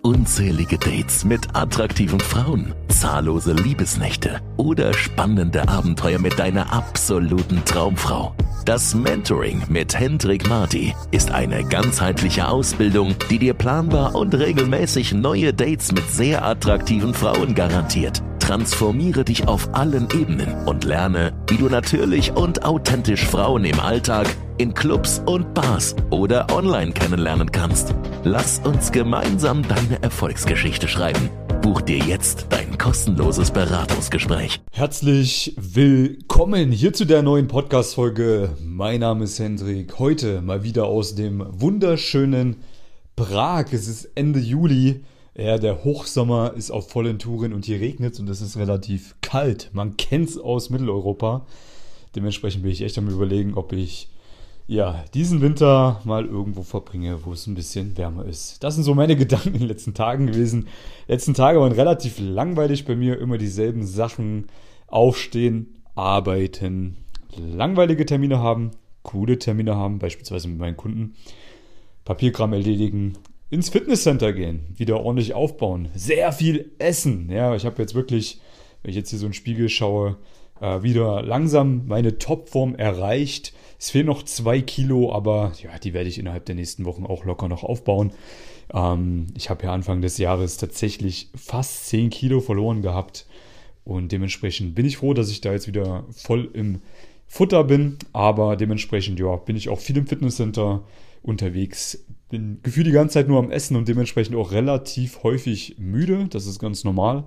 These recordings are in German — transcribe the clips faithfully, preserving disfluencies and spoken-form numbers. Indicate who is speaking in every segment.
Speaker 1: Unzählige Dates mit attraktiven Frauen, zahllose Liebesnächte oder spannende Abenteuer mit deiner absoluten Traumfrau. Das Mentoring mit Hendrik Marty ist eine ganzheitliche Ausbildung, die dir planbar und regelmäßig neue Dates mit sehr attraktiven Frauen garantiert. Transformiere dich auf allen Ebenen und lerne, wie du natürlich und authentisch Frauen im Alltag, in Clubs und Bars oder online kennenlernen kannst. Lass uns gemeinsam deine Erfolgsgeschichte schreiben. Buch dir jetzt dein kostenloses Beratungsgespräch.
Speaker 2: Herzlich willkommen hier zu der neuen Podcast-Folge. Mein Name ist Hendrik. Heute mal wieder aus dem wunderschönen Prag. Es ist Ende Juli. Ja, der Hochsommer ist auf vollen Touren und hier regnet es und es ist relativ kalt. Man kennt es aus Mitteleuropa. Dementsprechend bin ich echt am Überlegen, ob ich ja diesen Winter mal irgendwo verbringe, wo es ein bisschen wärmer ist. Das sind so meine Gedanken in den letzten Tagen gewesen. Die letzten Tage waren relativ langweilig bei mir. Immer dieselben Sachen. Aufstehen, arbeiten, langweilige Termine haben, coole Termine haben, beispielsweise mit meinen Kunden. Papierkram erledigen. Ins Fitnesscenter gehen, wieder ordentlich aufbauen, sehr viel essen. Ja, ich habe jetzt wirklich, wenn ich jetzt hier so in den Spiegel schaue, äh, wieder langsam meine Topform erreicht. Es fehlen noch zwei Kilo, aber ja, die werde ich innerhalb der nächsten Wochen auch locker noch aufbauen. Ähm, ich habe ja Anfang des Jahres tatsächlich fast zehn Kilo verloren gehabt und dementsprechend bin ich froh, dass ich da jetzt wieder voll im Futter bin. Aber dementsprechend ja, bin ich auch viel im Fitnesscenter unterwegs. Bin gefühlt die ganze Zeit nur am Essen und dementsprechend auch relativ häufig müde. Das ist ganz normal.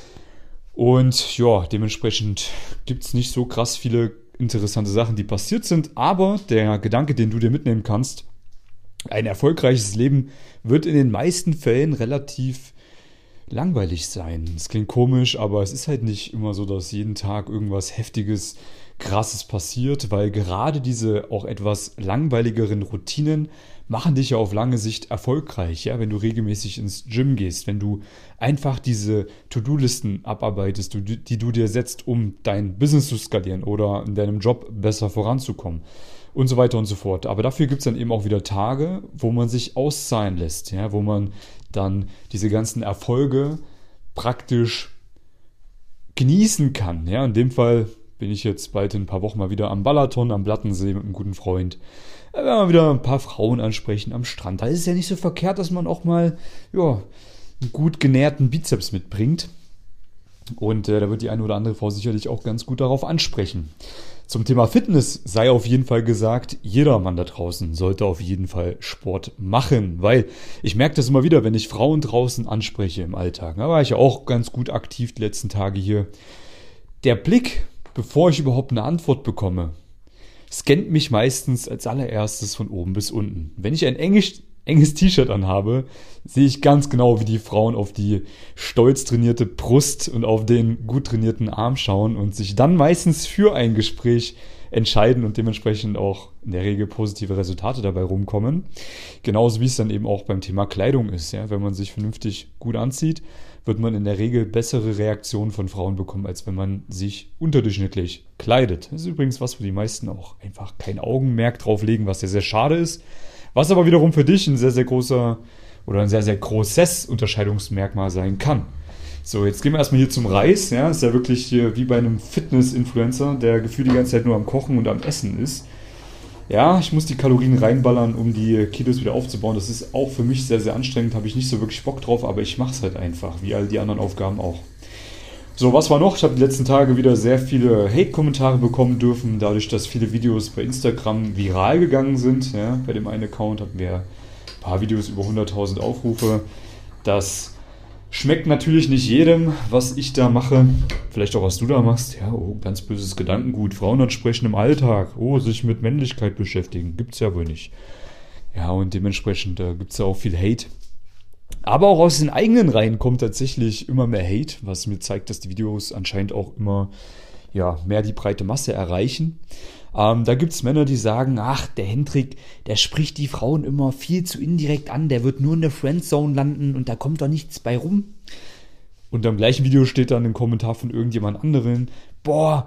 Speaker 2: Und ja, dementsprechend gibt es nicht so krass viele interessante Sachen, die passiert sind. Aber der Gedanke, den du dir mitnehmen kannst, ein erfolgreiches Leben wird in den meisten Fällen relativ langweilig sein. Es klingt komisch, aber es ist halt nicht immer so, dass jeden Tag irgendwas Heftiges, Krasses passiert, weil gerade diese auch etwas langweiligeren Routinen machen dich ja auf lange Sicht erfolgreich, ja, wenn du regelmäßig ins Gym gehst, wenn du einfach diese To-Do-Listen abarbeitest, die, die du dir setzt, um dein Business zu skalieren oder in deinem Job besser voranzukommen und so weiter und so fort. Aber dafür gibt es dann eben auch wieder Tage, wo man sich auszahlen lässt, ja, wo man dann diese ganzen Erfolge praktisch genießen kann. Ja, in dem Fall bin ich jetzt bald in ein paar Wochen mal wieder am Balaton, am Blattensee mit einem guten Freund. Da werden wir wieder ein paar Frauen ansprechen am Strand. Da ist es ja nicht so verkehrt, dass man auch mal ja, einen gut genährten Bizeps mitbringt. Und äh, da wird die eine oder andere Frau sicherlich auch ganz gut darauf ansprechen. Zum Thema Fitness sei auf jeden Fall gesagt, jeder Mann da draußen sollte auf jeden Fall Sport machen, weil ich merke das immer wieder, wenn ich Frauen draußen anspreche im Alltag. Da war ich ja auch ganz gut aktiv die letzten Tage hier. Der Blick, bevor ich überhaupt eine Antwort bekomme, scannt mich meistens als allererstes von oben bis unten. Wenn ich ein enges, enges T-Shirt anhabe, sehe ich ganz genau, wie die Frauen auf die stolz trainierte Brust und auf den gut trainierten Arm schauen und sich dann meistens für ein Gespräch entscheiden und dementsprechend auch in der Regel positive Resultate dabei rumkommen. Genauso wie es dann eben auch beim Thema Kleidung ist. Ja? Wenn man sich vernünftig gut anzieht, wird man in der Regel bessere Reaktionen von Frauen bekommen, als wenn man sich unterdurchschnittlich kleidet. Das ist übrigens was, wo die meisten auch einfach kein Augenmerk drauf legen, was sehr, sehr schade ist. Was aber wiederum für dich ein sehr, sehr großer oder ein sehr, sehr großes Unterscheidungsmerkmal sein kann. So, jetzt gehen wir erstmal hier zum Reis. Ja, ist ja wirklich hier wie bei einem Fitness-Influencer, der gefühlt die ganze Zeit nur am Kochen und am Essen ist. Ja, ich muss die Kalorien reinballern, um die Kilos wieder aufzubauen. Das ist auch für mich sehr, sehr anstrengend, habe ich nicht so wirklich Bock drauf, aber ich mache es halt einfach, wie all die anderen Aufgaben auch. So, was war noch? Ich habe die letzten Tage wieder sehr viele Hate-Kommentare bekommen dürfen, dadurch, dass viele Videos bei Instagram viral gegangen sind. Ja, bei dem einen Account hatten wir ein paar Videos über hunderttausend Aufrufe. Das schmeckt natürlich nicht jedem, was ich da mache. Vielleicht auch, was du da machst. Ja, oh, ganz böses Gedankengut. Frauen ansprechen im Alltag. Oh, sich mit Männlichkeit beschäftigen. Gibt's ja wohl nicht. Ja, und dementsprechend äh, gibt's ja auch viel Hate. Aber auch aus den eigenen Reihen kommt tatsächlich immer mehr Hate, was mir zeigt, dass die Videos anscheinend auch immer ja, mehr die breite Masse erreichen. Ähm, da gibt es Männer, die sagen, ach, der Hendrik, der spricht die Frauen immer viel zu indirekt an, der wird nur in der Friendzone landen und da kommt doch nichts bei rum. Und am gleichen Video steht dann ein Kommentar von irgendjemand anderen, boah,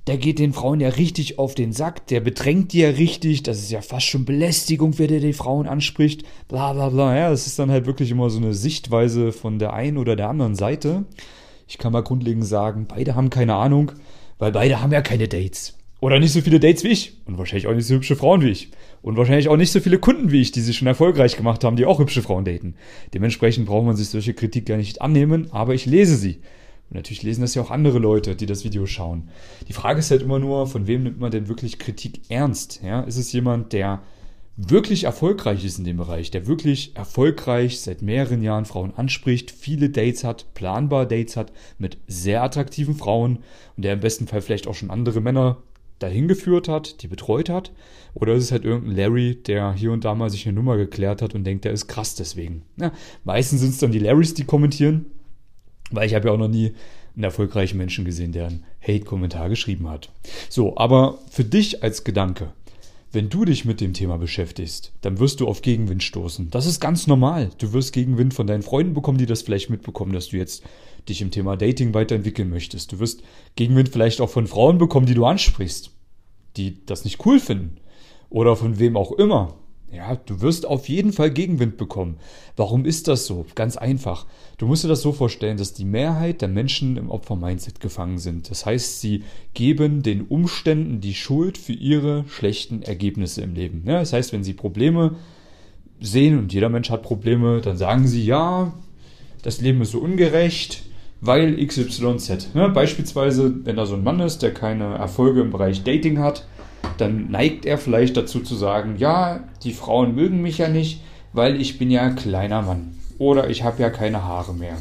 Speaker 2: der geht den Frauen ja richtig auf den Sack, der bedrängt die ja richtig, das ist ja fast schon Belästigung, wer der die Frauen anspricht, bla bla bla. Ja, das ist dann halt wirklich immer so eine Sichtweise von der einen oder der anderen Seite. Ich kann mal grundlegend sagen, beide haben keine Ahnung, weil beide haben ja keine Dates. Oder nicht so viele Dates wie ich. Und wahrscheinlich auch nicht so hübsche Frauen wie ich. Und wahrscheinlich auch nicht so viele Kunden wie ich, die sich schon erfolgreich gemacht haben, die auch hübsche Frauen daten. Dementsprechend braucht man sich solche Kritik gar nicht annehmen, aber ich lese sie. Und natürlich lesen das ja auch andere Leute, die das Video schauen. Die Frage ist halt immer nur, von wem nimmt man denn wirklich Kritik ernst? Ja, ist es jemand, der wirklich erfolgreich ist in dem Bereich, der wirklich erfolgreich seit mehreren Jahren Frauen anspricht, viele Dates hat, planbar Dates hat mit sehr attraktiven Frauen und der im besten Fall vielleicht auch schon andere Männer dahin geführt hat, die betreut hat? Oder ist es halt irgendein Larry, der hier und da mal sich eine Nummer geklärt hat und denkt, der ist krass deswegen? Ja, meistens sind es dann die Larrys, die kommentieren, weil ich habe ja auch noch nie einen erfolgreichen Menschen gesehen, der einen Hate-Kommentar geschrieben hat. So, aber für dich als Gedanke, wenn du dich mit dem Thema beschäftigst, dann wirst du auf Gegenwind stoßen. Das ist ganz normal. Du wirst Gegenwind von deinen Freunden bekommen, die das vielleicht mitbekommen, dass du jetzt dich im Thema Dating weiterentwickeln möchtest. Du wirst Gegenwind vielleicht auch von Frauen bekommen, die du ansprichst, die das nicht cool finden. Oder von wem auch immer. Ja, du wirst auf jeden Fall Gegenwind bekommen. Warum ist das so? Ganz einfach. Du musst dir das so vorstellen, dass die Mehrheit der Menschen im Opfer-Mindset gefangen sind. Das heißt, sie geben den Umständen die Schuld für ihre schlechten Ergebnisse im Leben. Ja, das heißt, wenn sie Probleme sehen und jeder Mensch hat Probleme, dann sagen sie, ja, das Leben ist so ungerecht, weil X Y Z. Ja, beispielsweise, wenn da so ein Mann ist, der keine Erfolge im Bereich Dating hat, dann neigt er vielleicht dazu zu sagen, ja, die Frauen mögen mich ja nicht, weil ich bin ja ein kleiner Mann. Oder ich habe ja keine Haare mehr.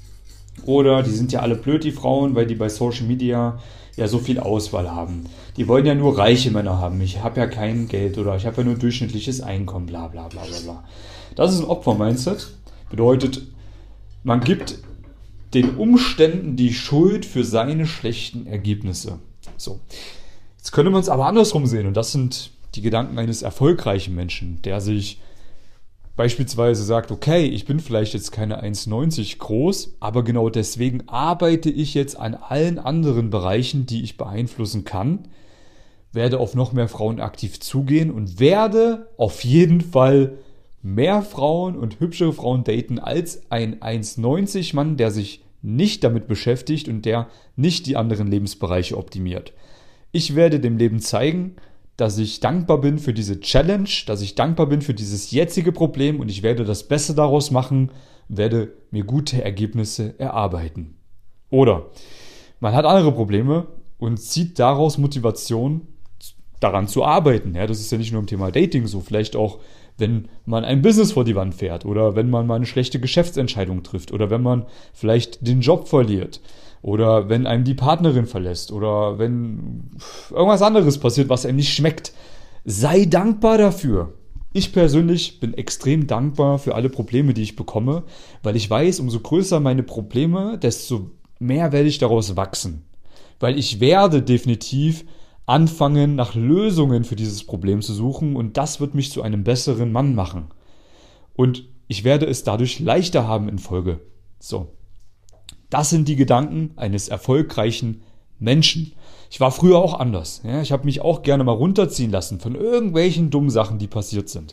Speaker 2: Oder die sind ja alle blöd, die Frauen, weil die bei Social Media ja so viel Auswahl haben. Die wollen ja nur reiche Männer haben. Ich habe ja kein Geld oder ich habe ja nur durchschnittliches Einkommen, bla bla bla bla bla. Das ist ein Opfer-Mindset. Bedeutet, man gibt den Umständen die Schuld für seine schlechten Ergebnisse. So. Jetzt könnte man es aber andersrum sehen und das sind die Gedanken eines erfolgreichen Menschen, der sich beispielsweise sagt, okay, ich bin vielleicht jetzt keine eins neunzig groß, aber genau deswegen arbeite ich jetzt an allen anderen Bereichen, die ich beeinflussen kann, werde auf noch mehr Frauen aktiv zugehen und werde auf jeden Fall mehr Frauen und hübschere Frauen daten als ein eins neunzig Mann, der sich nicht damit beschäftigt und der nicht die anderen Lebensbereiche optimiert. Ich werde dem Leben zeigen, dass ich dankbar bin für diese Challenge, dass ich dankbar bin für dieses jetzige Problem und ich werde das Beste daraus machen, werde mir gute Ergebnisse erarbeiten. Oder man hat andere Probleme und zieht daraus Motivation, daran zu arbeiten. Ja, das ist ja nicht nur im Thema Dating so, vielleicht auch, wenn man ein Business vor die Wand fährt oder wenn man mal eine schlechte Geschäftsentscheidung trifft oder wenn man vielleicht den Job verliert. Oder wenn einem die Partnerin verlässt oder wenn irgendwas anderes passiert, was einem nicht schmeckt. Sei dankbar dafür. Ich persönlich bin extrem dankbar für alle Probleme, die ich bekomme, weil ich weiß, umso größer meine Probleme, desto mehr werde ich daraus wachsen. Weil ich werde definitiv anfangen, nach Lösungen für dieses Problem zu suchen und das wird mich zu einem besseren Mann machen. Und ich werde es dadurch leichter haben in Folge. So. Das sind die Gedanken eines erfolgreichen Menschen. Ich war früher auch anders. Ja, ich habe mich auch gerne mal runterziehen lassen von irgendwelchen dummen Sachen, die passiert sind.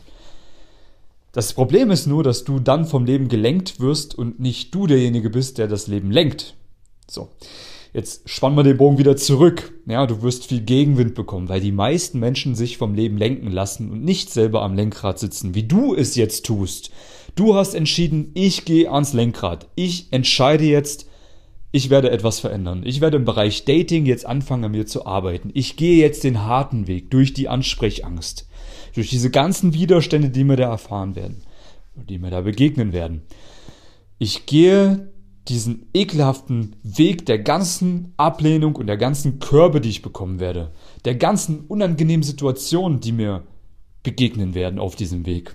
Speaker 2: Das Problem ist nur, dass du dann vom Leben gelenkt wirst und nicht du derjenige bist, der das Leben lenkt. So, jetzt spannen wir den Bogen wieder zurück. Ja, du wirst viel Gegenwind bekommen, weil die meisten Menschen sich vom Leben lenken lassen und nicht selber am Lenkrad sitzen, wie du es jetzt tust. Du hast entschieden, ich gehe ans Lenkrad. Ich entscheide jetzt, ich werde etwas verändern. Ich werde im Bereich Dating jetzt anfangen, an mir zu arbeiten. Ich gehe jetzt den harten Weg durch die Ansprechangst. Durch diese ganzen Widerstände, die mir da erfahren werden. Die mir da begegnen werden. Ich gehe diesen ekelhaften Weg der ganzen Ablehnung und der ganzen Körbe, die ich bekommen werde. Der ganzen unangenehmen Situationen, die mir begegnen werden auf diesem Weg.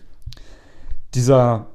Speaker 2: Dieser,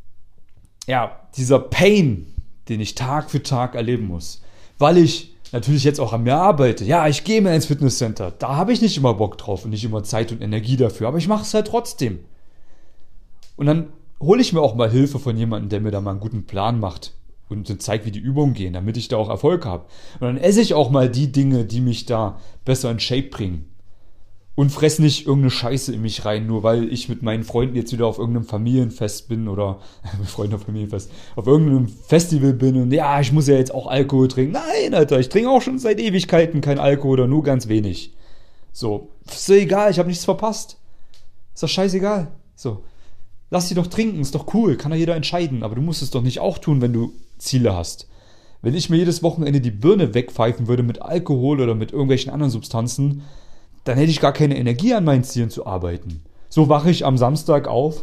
Speaker 2: ja, dieser Pain, den ich Tag für Tag erleben muss, weil ich natürlich jetzt auch an mir arbeite. Ja, ich gehe mal ins Fitnesscenter. Da habe ich nicht immer Bock drauf und nicht immer Zeit und Energie dafür, aber ich mache es halt trotzdem. Und dann hole ich mir auch mal Hilfe von jemandem, der mir da mal einen guten Plan macht, und zeige, wie die Übungen gehen, damit ich da auch Erfolg habe. Und dann esse ich auch mal die Dinge, die mich da besser in Shape bringen. Und fress nicht irgendeine Scheiße in mich rein, nur weil ich mit meinen Freunden jetzt wieder auf irgendeinem Familienfest bin oder mit Freunden auf Familienfest, auf irgendeinem Festival bin und ja, ich muss ja jetzt auch Alkohol trinken. Nein, Alter, ich trinke auch schon seit Ewigkeiten kein Alkohol oder nur ganz wenig. So, ist doch egal, ich habe nichts verpasst. Ist doch scheißegal. So, lass sie doch trinken, ist doch cool, kann ja jeder entscheiden, aber du musst es doch nicht auch tun, wenn du Ziele hast. Wenn ich mir jedes Wochenende die Birne wegpfeifen würde mit Alkohol oder mit irgendwelchen anderen Substanzen, dann hätte ich gar keine Energie, an meinen Zielen zu arbeiten. So wache ich am Samstag auf,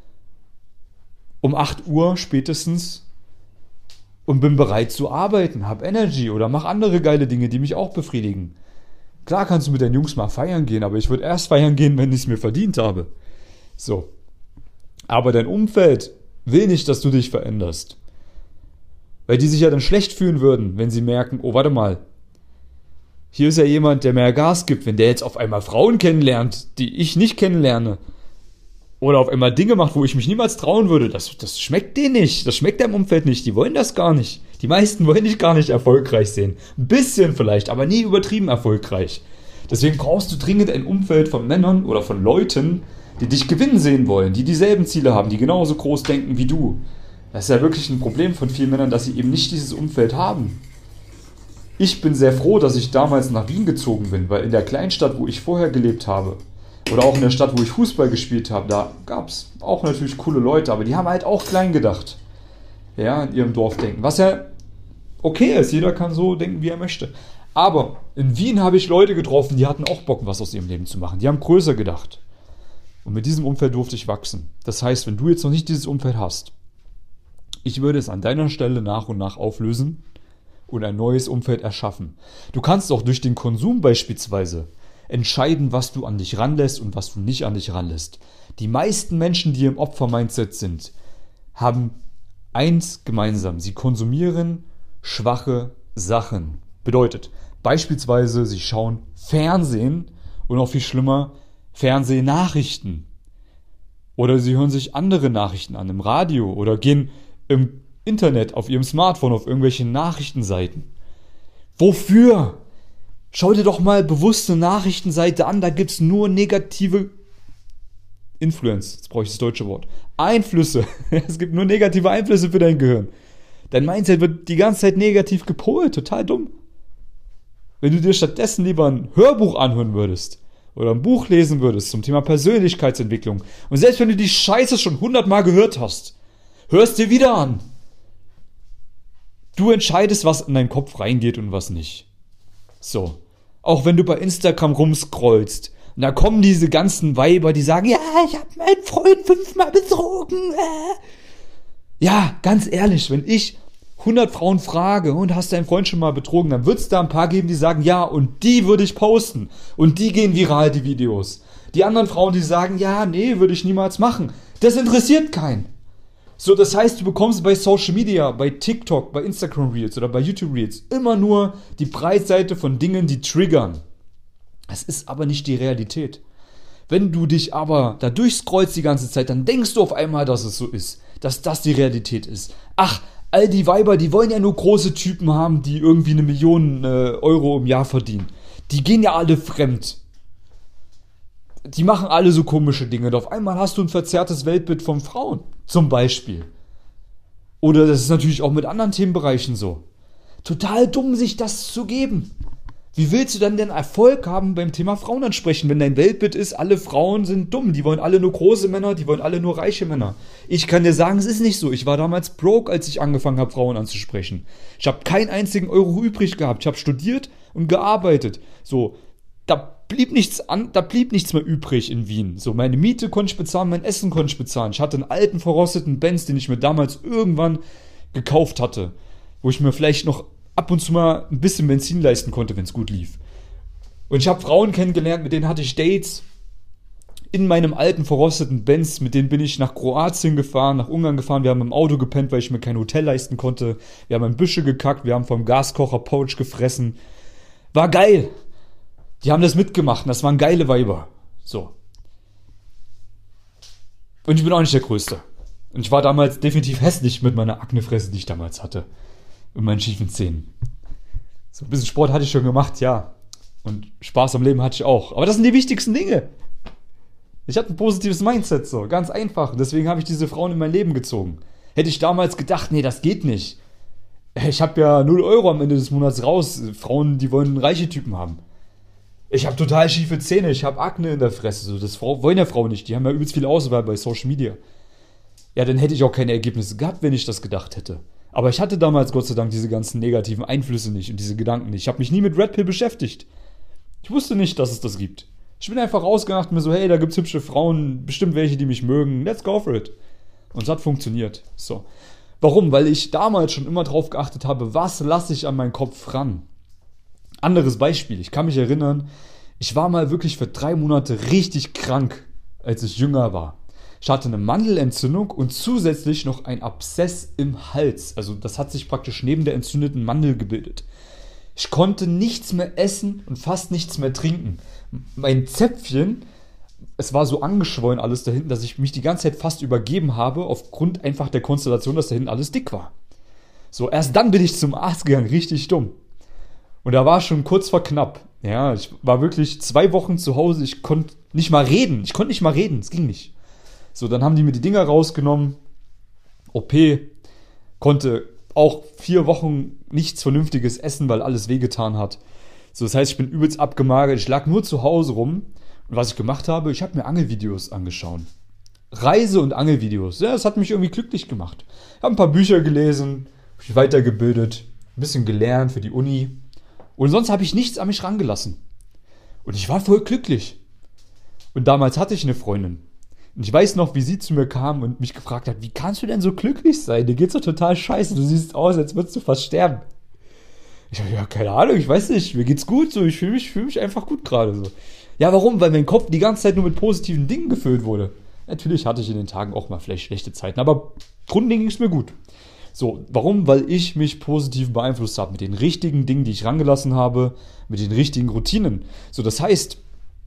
Speaker 2: um acht Uhr spätestens, und bin bereit zu arbeiten, hab Energy oder mach andere geile Dinge, die mich auch befriedigen. Klar kannst du mit deinen Jungs mal feiern gehen, aber ich würde erst feiern gehen, wenn ich es mir verdient habe. So. Aber dein Umfeld will nicht, dass du dich veränderst. Weil die sich ja dann schlecht fühlen würden, wenn sie merken, oh, warte mal, hier ist ja jemand, der mehr Gas gibt. Wenn der jetzt auf einmal Frauen kennenlernt, die ich nicht kennenlerne, oder auf einmal Dinge macht, wo ich mich niemals trauen würde, das, das schmeckt denen nicht. Das schmeckt deinem Umfeld nicht. Die wollen das gar nicht. Die meisten wollen dich gar nicht erfolgreich sehen. Ein bisschen vielleicht, aber nie übertrieben erfolgreich. Deswegen brauchst du dringend ein Umfeld von Männern oder von Leuten, die dich gewinnen sehen wollen, die dieselben Ziele haben, die genauso groß denken wie du. Das ist ja wirklich ein Problem von vielen Männern, dass sie eben nicht dieses Umfeld haben. Ich bin sehr froh, dass ich damals nach Wien gezogen bin, weil in der Kleinstadt, wo ich vorher gelebt habe, oder auch in der Stadt, wo ich Fußball gespielt habe, da gab es auch natürlich coole Leute, aber die haben halt auch klein gedacht. Ja, in ihrem Dorf denken. Was ja okay ist, jeder kann so denken, wie er möchte. Aber in Wien habe ich Leute getroffen, die hatten auch Bock, was aus ihrem Leben zu machen. Die haben größer gedacht. Und mit diesem Umfeld durfte ich wachsen. Das heißt, wenn du jetzt noch nicht dieses Umfeld hast, ich würde es an deiner Stelle nach und nach auflösen und ein neues Umfeld erschaffen. Du kannst auch durch den Konsum beispielsweise entscheiden, was du an dich ranlässt und was du nicht an dich ranlässt. Die meisten Menschen, die im Opfer-Mindset sind, haben eins gemeinsam. Sie konsumieren schwache Sachen. Bedeutet, beispielsweise, sie schauen Fernsehen und noch viel schlimmer, Fernsehnachrichten. Oder sie hören sich andere Nachrichten an im Radio oder gehen im Internet auf ihrem Smartphone auf irgendwelche Nachrichtenseiten. Wofür? Schau dir doch mal bewusst eine Nachrichtenseite an, da gibt es nur negative Influence, jetzt brauche ich das deutsche Wort, Einflüsse. Es gibt nur negative Einflüsse für dein Gehirn. Dein Mindset wird die ganze Zeit negativ gepolt, total dumm. Wenn du dir stattdessen lieber ein Hörbuch anhören würdest oder ein Buch lesen würdest zum Thema Persönlichkeitsentwicklung und selbst wenn du die Scheiße schon hundertmal gehört hast, hörst dir wieder an. Du entscheidest, was in deinen Kopf reingeht und was nicht. So. Auch wenn du bei Instagram rumscrollst und da kommen diese ganzen Weiber, die sagen, ja, ich habe meinen Freund fünfmal betrogen. Äh. Ja, ganz ehrlich, wenn ich hundert Frauen frage und hast deinen Freund schon mal betrogen, dann wird es da ein paar geben, die sagen, ja, und die würde ich posten. Und die gehen viral, die Videos. Die anderen Frauen, die sagen, ja, nee, würde ich niemals machen. Das interessiert keinen. So, das heißt, du bekommst bei Social Media, bei TikTok, bei Instagram Reels oder bei YouTube Reels immer nur die Breitseite von Dingen, die triggern. Es ist aber nicht die Realität. Wenn du dich aber da durchscrollst die ganze Zeit, dann denkst du auf einmal, dass es so ist, dass das die Realität ist. Ach, all die Weiber, die wollen ja nur große Typen haben, die irgendwie eine Million äh, Euro im Jahr verdienen. Die gehen ja alle fremd. Die machen alle so komische Dinge. Und auf einmal hast du ein verzerrtes Weltbild von Frauen, zum Beispiel. Oder das ist natürlich auch mit anderen Themenbereichen so. Total dumm, sich das zu geben. Wie willst du dann denn Erfolg haben beim Thema Frauen ansprechen, wenn dein Weltbild ist, alle Frauen sind dumm, die wollen alle nur große Männer, die wollen alle nur reiche Männer. Ich kann dir sagen, es ist nicht so. Ich war damals broke, als ich angefangen habe, Frauen anzusprechen. Ich habe keinen einzigen Euro übrig gehabt. Ich habe studiert und gearbeitet. So, da blieb nichts an, da blieb nichts mehr übrig in Wien. So, meine Miete konnte ich bezahlen, mein Essen konnte ich bezahlen. Ich hatte einen alten, verrosteten Benz, den ich mir damals irgendwann gekauft hatte, wo ich mir vielleicht noch ab und zu mal ein bisschen Benzin leisten konnte, wenn es gut lief. Und ich habe Frauen kennengelernt, mit denen hatte ich Dates in meinem alten, verrosteten Benz. Mit denen bin ich nach Kroatien gefahren, nach Ungarn gefahren. Wir haben im Auto gepennt, weil ich mir kein Hotel leisten konnte. Wir haben in Büsche gekackt, wir haben vom Gaskocher Pouch gefressen. War geil. Die haben das mitgemacht und das waren geile Weiber. So. Und ich bin auch nicht der Größte. Und ich war damals definitiv hässlich mit meiner Aknefresse, die ich damals hatte. Und meinen schiefen Zähnen. So ein bisschen Sport hatte ich schon gemacht, ja. Und Spaß am Leben hatte ich auch. Aber das sind die wichtigsten Dinge. Ich hatte ein positives Mindset, so. Ganz einfach. Und deswegen habe ich diese Frauen in mein Leben gezogen. Hätte ich damals gedacht, nee, das geht nicht. Ich habe ja null Euro am Ende des Monats raus. Frauen, die wollen reiche Typen haben. Ich habe total schiefe Zähne, ich habe Akne in der Fresse. So, das wollen ja Frauen nicht. Die haben ja übelst viel Auswahl bei Social Media. Ja, dann hätte ich auch keine Ergebnisse gehabt, wenn ich das gedacht hätte. Aber ich hatte damals Gott sei Dank diese ganzen negativen Einflüsse nicht und diese Gedanken nicht. Ich habe mich nie mit Red Pill beschäftigt. Ich wusste nicht, dass es das gibt. Ich bin einfach rausgegangen und mir so, hey, da gibt's hübsche Frauen, bestimmt welche, die mich mögen. Let's go for it. Und es hat funktioniert. So. Warum? Weil ich damals schon immer drauf geachtet habe, was lasse ich an meinen Kopf ran. Anderes Beispiel. Ich kann mich erinnern, ich war mal wirklich für drei Monate richtig krank, als ich jünger war. Ich hatte eine Mandelentzündung und zusätzlich noch ein Abszess im Hals. Also das hat sich praktisch neben der entzündeten Mandel gebildet. Ich konnte nichts mehr essen und fast nichts mehr trinken. Mein Zäpfchen, es war so angeschwollen alles da hinten, dass ich mich die ganze Zeit fast übergeben habe, aufgrund einfach der Konstellation, dass da hinten alles dick war. So, erst dann bin ich zum Arzt gegangen, richtig dumm. Und da war schon kurz vor knapp. Ja, ich war wirklich zwei Wochen zu Hause, ich konnte nicht mal reden. Ich konnte nicht mal reden, es ging nicht. So, dann haben die mir die Dinger rausgenommen, O P, konnte auch vier Wochen nichts Vernünftiges essen, weil alles wehgetan hat. So, das heißt, ich bin übelst abgemagert, ich lag nur zu Hause rum. Und was ich gemacht habe, ich habe mir Angelvideos angeschaut. Reise- und Angelvideos. Ja, das hat mich irgendwie glücklich gemacht. Ich habe ein paar Bücher gelesen, mich weitergebildet, ein bisschen gelernt für die Uni. Und sonst habe ich nichts an mich rangelassen. Und ich war voll glücklich. Und damals hatte ich eine Freundin. Und ich weiß noch, wie sie zu mir kam und mich gefragt hat, wie kannst du denn so glücklich sein? Dir geht's doch total scheiße, du siehst aus, als würdest du fast sterben. Ich habe ja, keine Ahnung, ich weiß nicht, mir geht's gut, so, ich fühle mich, fühl mich einfach gut gerade so. Ja, warum? Weil mein Kopf die ganze Zeit nur mit positiven Dingen gefüllt wurde. Natürlich hatte ich in den Tagen auch mal vielleicht schlechte Zeiten, aber grundlegend ging es mir gut. So, warum? Weil ich mich positiv beeinflusst habe mit den richtigen Dingen, die ich rangelassen habe, mit den richtigen Routinen. So, das heißt,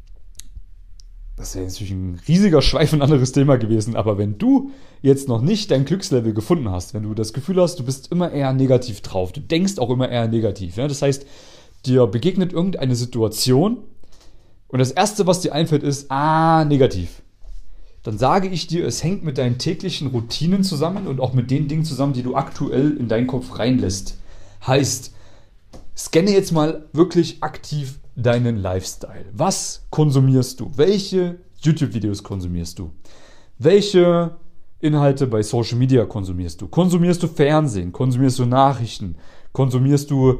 Speaker 2: das wäre natürlich ein riesiger Schweif, ein anderes Thema gewesen, aber wenn du jetzt noch nicht dein Glückslevel gefunden hast, wenn du das Gefühl hast, du bist immer eher negativ drauf, du denkst auch immer eher negativ, ja? Das heißt, dir begegnet irgendeine Situation und das Erste, was dir einfällt, ist, ah, negativ. Dann sage ich dir, es hängt mit deinen täglichen Routinen zusammen und auch mit den Dingen zusammen, die du aktuell in deinen Kopf reinlässt. Heißt, scanne jetzt mal wirklich aktiv deinen Lifestyle. Was konsumierst du? Welche YouTube-Videos konsumierst du? Welche Inhalte bei Social Media konsumierst du? Konsumierst du Fernsehen? Konsumierst du Nachrichten? Konsumierst du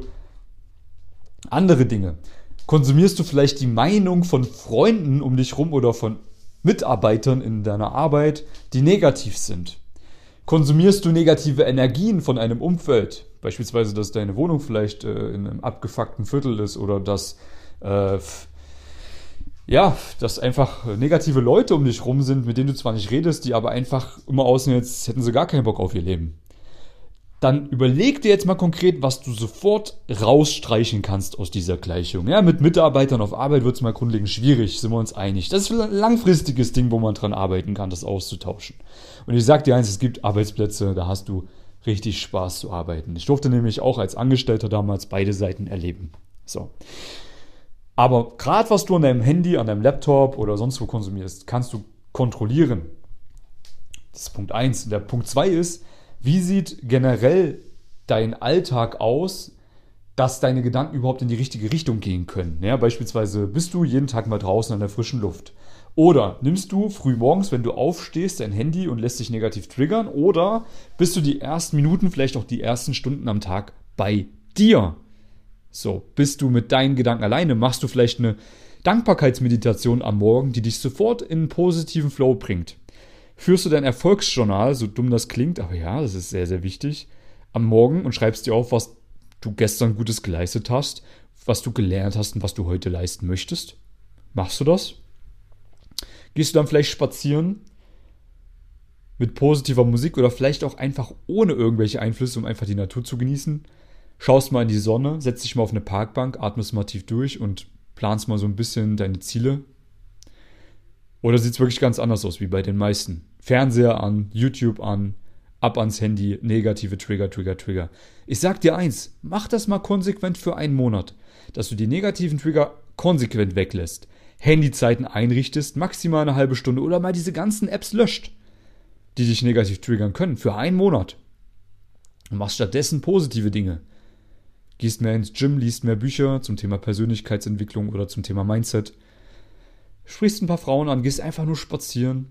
Speaker 2: andere Dinge? Konsumierst du vielleicht die Meinung von Freunden um dich rum oder von Mitarbeitern in deiner Arbeit, die negativ sind? Konsumierst du negative Energien von einem Umfeld? Beispielsweise, dass deine Wohnung vielleicht äh, in einem abgefuckten Viertel ist oder dass Äh, ja, dass einfach negative Leute um dich rum sind, mit denen du zwar nicht redest, die aber einfach immer aussehen, als hätten sie gar keinen Bock auf ihr Leben. Dann überleg dir jetzt mal konkret, was du sofort rausstreichen kannst aus dieser Gleichung. Ja, mit Mitarbeitern auf Arbeit wird es mal grundlegend schwierig, sind wir uns einig. Das ist ein langfristiges Ding, wo man dran arbeiten kann, das auszutauschen. Und ich sag dir eins, es gibt Arbeitsplätze, da hast du richtig Spaß zu arbeiten. Ich durfte nämlich auch als Angestellter damals beide Seiten erleben. So. Aber gerade was du an deinem Handy, an deinem Laptop oder sonst wo konsumierst, kannst du kontrollieren. Das ist Punkt eins. Und der Punkt zwei ist, wie sieht generell dein Alltag aus, dass deine Gedanken überhaupt in die richtige Richtung gehen können? Ja, beispielsweise bist du jeden Tag mal draußen an der frischen Luft. Oder nimmst du früh morgens, wenn du aufstehst, dein Handy und lässt dich negativ triggern? Oder bist du die ersten Minuten, vielleicht auch die ersten Stunden am Tag bei dir? So, bist du mit deinen Gedanken alleine, machst du vielleicht eine Dankbarkeitsmeditation am Morgen, die dich sofort in einen positiven Flow bringt. Führst du dein Erfolgsjournal, so dumm das klingt, aber ja, das ist sehr, sehr wichtig, am Morgen und schreibst dir auf, was du gestern Gutes geleistet hast, was du gelernt hast und was du heute leisten möchtest. Machst du das? Gehst du dann vielleicht spazieren mit positiver Musik oder vielleicht auch einfach ohne irgendwelche Einflüsse, um einfach die Natur zu genießen? Schaust mal in die Sonne, setzt dich mal auf eine Parkbank, atmest mal tief durch und planst mal so ein bisschen deine Ziele. Oder sieht es wirklich ganz anders aus, wie bei den meisten? Fernseher an, YouTube an, ab ans Handy, negative Trigger, Trigger, Trigger. Ich sag dir eins, mach das mal konsequent für einen Monat, dass du die negativen Trigger konsequent weglässt. Handyzeiten einrichtest, maximal eine halbe Stunde oder mal diese ganzen Apps löscht, die dich negativ triggern können, für einen Monat. Und machst stattdessen positive Dinge. Gehst mehr ins Gym, liest mehr Bücher zum Thema Persönlichkeitsentwicklung oder zum Thema Mindset. Sprichst ein paar Frauen an, gehst einfach nur spazieren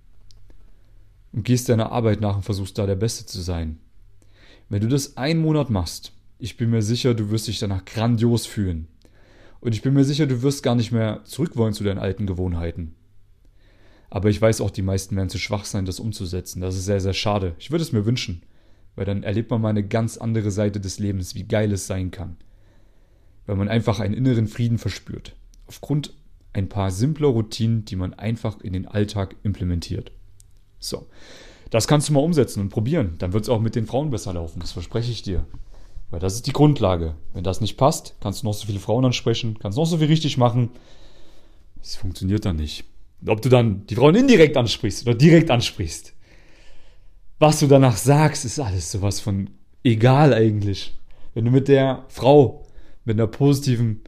Speaker 2: und gehst deiner Arbeit nach und versuchst da der Beste zu sein. Wenn du das einen Monat machst, ich bin mir sicher, du wirst dich danach grandios fühlen. Und ich bin mir sicher, du wirst gar nicht mehr zurück wollen zu deinen alten Gewohnheiten. Aber ich weiß auch, die meisten werden zu schwach sein, das umzusetzen. Das ist sehr, sehr schade. Ich würde es mir wünschen, weil dann erlebt man mal eine ganz andere Seite des Lebens, wie geil es sein kann. Weil man einfach einen inneren Frieden verspürt. Aufgrund ein paar simpler Routinen, die man einfach in den Alltag implementiert. So, das kannst du mal umsetzen und probieren. Dann wird es auch mit den Frauen besser laufen, das verspreche ich dir. Weil das ist die Grundlage. Wenn das nicht passt, kannst du noch so viele Frauen ansprechen, kannst noch so viel richtig machen. Es funktioniert dann nicht. Und ob du dann die Frauen indirekt ansprichst oder direkt ansprichst, was du danach sagst, ist alles sowas von egal eigentlich. Wenn du mit der Frau mit einer positiven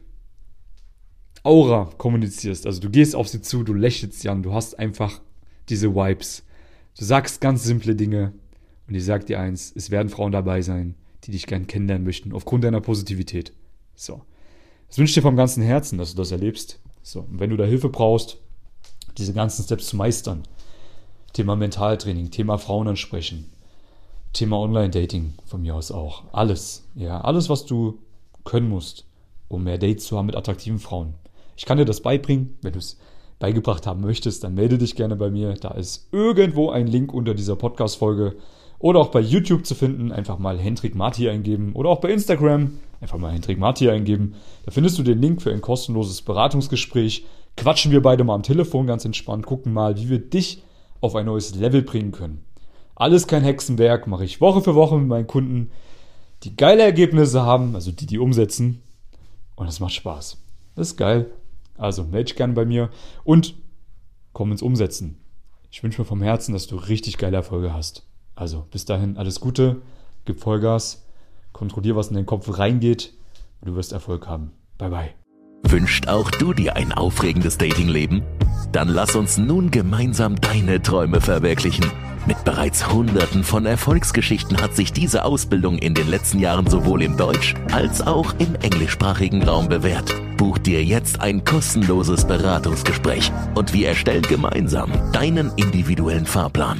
Speaker 2: Aura kommunizierst, also du gehst auf sie zu, du lächelst sie an, du hast einfach diese Vibes. Du sagst ganz simple Dinge und ich sag dir eins, es werden Frauen dabei sein, die dich gern kennenlernen möchten, aufgrund deiner Positivität. So. Das wünsche ich dir vom ganzen Herzen, dass du das erlebst. So. Und wenn du da Hilfe brauchst, diese ganzen Steps zu meistern, Thema Mentaltraining, Thema Frauen ansprechen, Thema Online-Dating von mir aus auch. Alles. Ja, alles, was du können musst, um mehr Dates zu haben mit attraktiven Frauen. Ich kann dir das beibringen. Wenn du es beigebracht haben möchtest, dann melde dich gerne bei mir. Da ist irgendwo ein Link unter dieser Podcast-Folge oder auch bei YouTube zu finden. Einfach mal Hendrik Marti eingeben oder auch bei Instagram einfach mal Hendrik Marti eingeben. Da findest du den Link für ein kostenloses Beratungsgespräch. Quatschen wir beide mal am Telefon ganz entspannt, gucken mal, wie wir dich auf ein neues Level bringen können. Alles kein Hexenwerk, mache ich Woche für Woche mit meinen Kunden, die geile Ergebnisse haben, also die, die umsetzen. Und das macht Spaß. Das ist geil. Also melde dich gerne bei mir und komm ins Umsetzen. Ich wünsche mir vom Herzen, dass du richtig geile Erfolge hast. Also bis dahin alles Gute, gib Vollgas, kontrollier, was in den Kopf reingeht und du wirst Erfolg haben. Bye bye.
Speaker 1: Wünscht auch du dir ein aufregendes Datingleben? Dann lass uns nun gemeinsam deine Träume verwirklichen. Mit bereits Hunderten von Erfolgsgeschichten hat sich diese Ausbildung in den letzten Jahren sowohl im Deutsch- als auch im englischsprachigen Raum bewährt. Buch dir jetzt ein kostenloses Beratungsgespräch und wir erstellen gemeinsam deinen individuellen Fahrplan.